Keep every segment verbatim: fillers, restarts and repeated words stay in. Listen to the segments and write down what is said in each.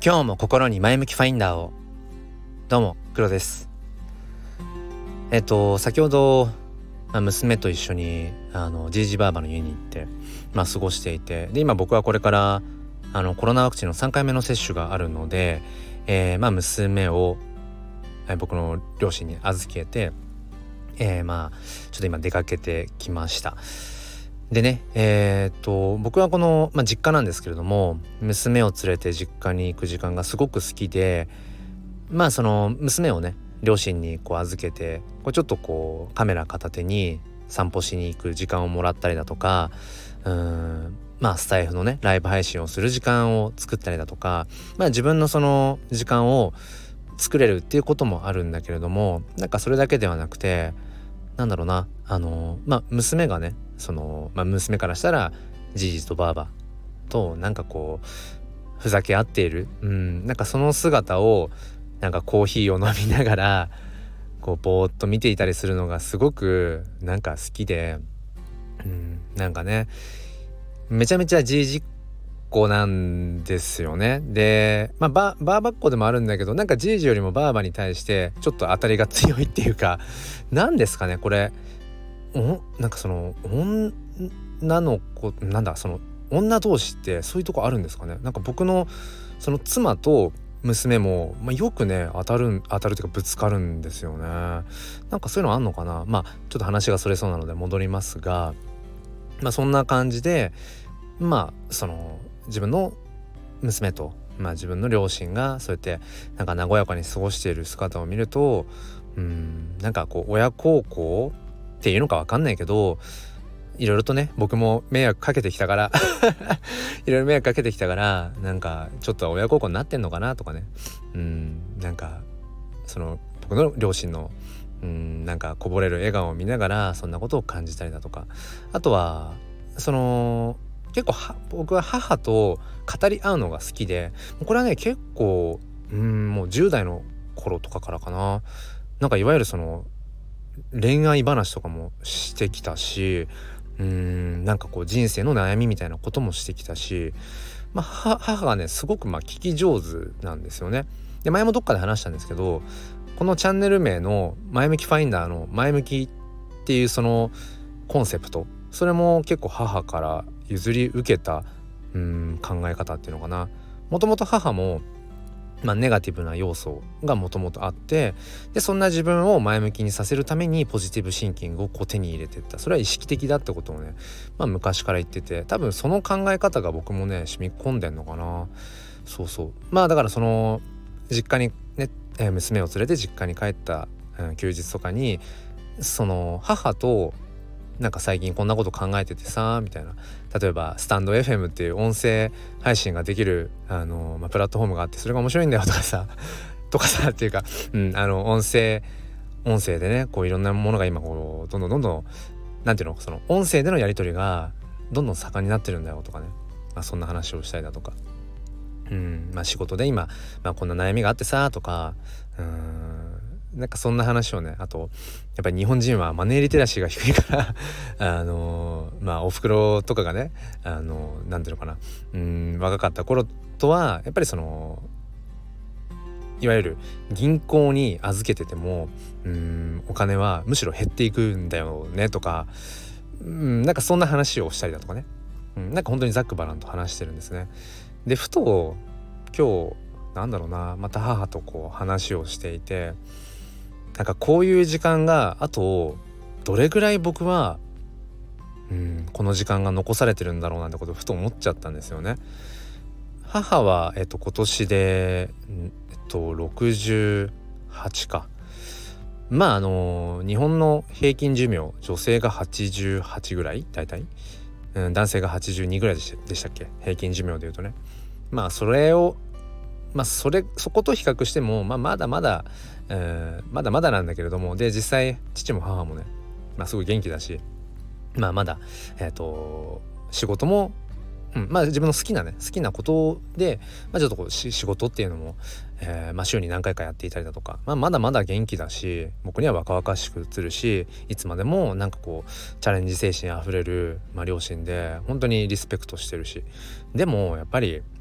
今日も心に前向きファインダーを。どうも黒です。えっと先ほど、まあ、娘と一緒にあのじいじばあばの家に行って、まあ、過ごしていて、で今僕はこれからあのコロナワクチンのさんかいめの接種があるので、えー、まあ娘を、えー、僕の両親に預けて、えー、まあちょっと今出かけてきました。でね、えー、っと僕はこの、まあ、実家なんですけれども、娘を連れて実家に行く時間がすごく好きで、まあその娘をね両親にこう預けて、こうちょっとこうカメラ片手に散歩しに行く時間をもらったりだとか、うーんまあスタイフのねライブ配信をする時間を作ったりだとか、まあ自分のその時間を作れるっていうこともあるんだけれども、なんかそれだけではなくて、なんだろうな、あのまあ娘がねその、まあ、娘からしたらじいじとばあばとなんかこうふざけ合っている、うん、なんかその姿をなんかコーヒーを飲みながらこうぼーっと見ていたりするのがすごくなんか好きで、うん、なんかねめちゃめちゃじいじっ子なんですよね。で、まあ、ばばあばっ子でもあるんだけど、なんかじいじよりもばあばに対してちょっと当たりが強いっていうか、なんですかねこれ、おなんかその女の子なんだその女同士ってそういうとこあるんですかね。なんか僕のその妻と娘も、まあ、よくね当たる当たるというかぶつかるんですよね。なんかそういうのあんのかな。まあちょっと話がそれそうなので戻りますが、まあそんな感じで、まあその自分の娘と、まあ、自分の両親がそうやってなんか和やかに過ごしている姿を見ると、うーんなんかこう親孝行っていうのか分かんないけど、いろいろとね僕も迷惑かけてきたからいろいろ迷惑かけてきたから、なんかちょっと親孝行になってんのかなとかね、うんなんかその僕の両親のうんなんかこぼれる笑顔を見ながらそんなことを感じたりだとか、あとはその結構は僕は母と語り合うのが好きで、これはね結構うんもうじゅう代の頃とかからかな、なんかいわゆるその恋愛話とかもしてきたし、うーんなんかこう人生の悩みみたいなこともしてきたし、まあ母がねすごくまあ聞き上手なんですよね。で前もどっかで話したんですけど、このチャンネル名の前向きファインダーの前向きっていうそのコンセプト、それも結構母から譲り受けたうーん考え方っていうのかな。もともと母もまあ、ネガティブな要素がもともとあって、でそんな自分を前向きにさせるためにポジティブシンキングをこう手に入れていった。それは意識的だってことをね、まあ、昔から言ってて、多分その考え方が僕もね染み込んでんのかな。そうそう、まあだからその実家にね、えー娘を連れて実家に帰った、うん、休日とかにその母となんか最近こんなこと考えててさみたいな、例えばスタンド エフエム っていう音声配信ができるあの、まあ、プラットフォームがあって、それが面白いんだよとかさとかさっていうか、うん、あの音声音声でねこういろんなものが今こうどんどんどんどんなんていうのその音声でのやり取りがどんどん盛んになってるんだよとかね、まあ、そんな話をしたりだとか、うんまあ、仕事で今、まあ、こんな悩みがあってさとか、うーんなんかそんな話をね、あとやっぱり日本人はマネーリテラシーが低いからあのー、まあお袋とかがね、あのー、なんていうのかな、うーん若かった頃とはやっぱりそのいわゆる銀行に預けててもうーんお金はむしろ減っていくんだよねとか、うんなんかそんな話をしたりだとかね、うん、なんか本当にざっくばらんと話してるんですね。でふと今日なんだろうな、また母とこう話をしていて、なんかこういう時間があとどれぐらい僕はうんこの時間が残されてるんだろうなんてことをふと思っちゃったんですよね。母は、えっと、今年で、えっと、ろくじゅうはちか。まああの日本の平均寿命、女性がはちじゅうはちぐらい大体、うん、男性がはちじゅうにぐらいでした、でしたっけ、平均寿命でいうとね。まあそれをまあそれそこと比較しても、まあ、まだまだ、えー、まだまだなんだけれども、で実際父も母もね、まあ、すごい元気だし、まあまだえっと仕事も、うん、まあ自分の好きなね好きなことで、まあ、ちょっとこうし仕事っていうのも、えーまあ、週に何回かやっていたりだとか、まあ、まだまだ元気だし、僕には若々しく映るし、いつまでもなんかこうチャレンジ精神あふれる、まあ、両親で本当にリスペクトしてるし、でもやっぱり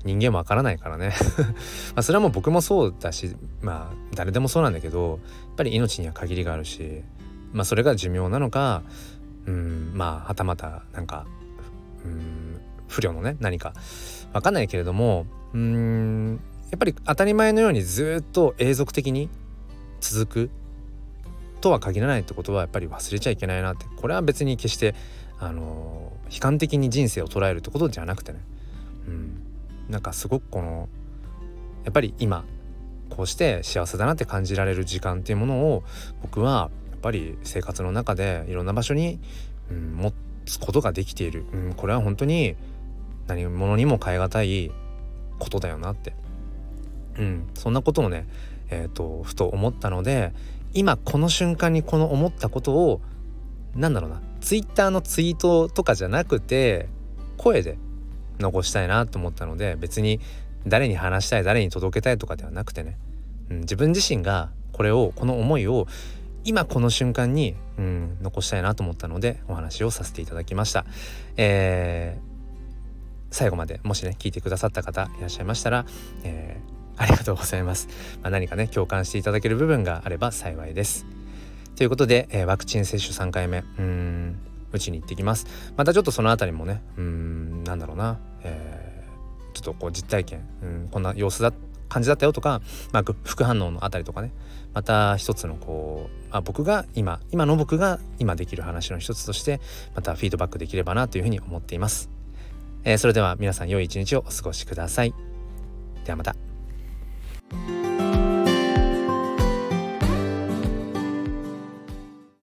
人間わからないからねまあそれはもう僕もそうだし、まあ誰でもそうなんだけど、やっぱり命には限りがあるし、まあそれが寿命なのか、うんまあはたまたなんかうん不慮のね何かわかんないけれども、うーんやっぱり当たり前のようにずっと永続的に続くとは限らないってことはやっぱり忘れちゃいけないなって。これは別に決してあの悲観的に人生を捉えるってことじゃなくてね、うんなんかすごくこのやっぱり今こうして幸せだなって感じられる時間っていうものを僕はやっぱり生活の中でいろんな場所に、うん、持つことができている、うん、これは本当に何者にも代え難いことだよなって、うん、そんなことをね、えーと、ふと思ったので、今この瞬間にこの思ったことをなんだろうな、ツイッターのツイートとかじゃなくて声で残したいなと思ったので、別に誰に話したい誰に届けたいとかではなくてね、うん、自分自身がこれをこの思いを今この瞬間に、うん、残したいなと思ったのでお話をさせていただきました。えー、最後までもしね聞いてくださった方いらっしゃいましたら、えー、ありがとうございます。まあ、何かね共感していただける部分があれば幸いです。ということで、えー、ワクチン接種さんかいめうーん打ちに行ってきます。またちょっとそのあたりもねうーんなんだろうな、えー、ちょっとこう実体験、うん、こんな様子だ感じだったよとか、まあ、副反応のあたりとかね、また一つのこう、まあ、僕が今今の僕が今できる話の一つとしてまたフィードバックできればなというふうに思っています。えー、それでは皆さん良い一日をお過ごしください。ではまた。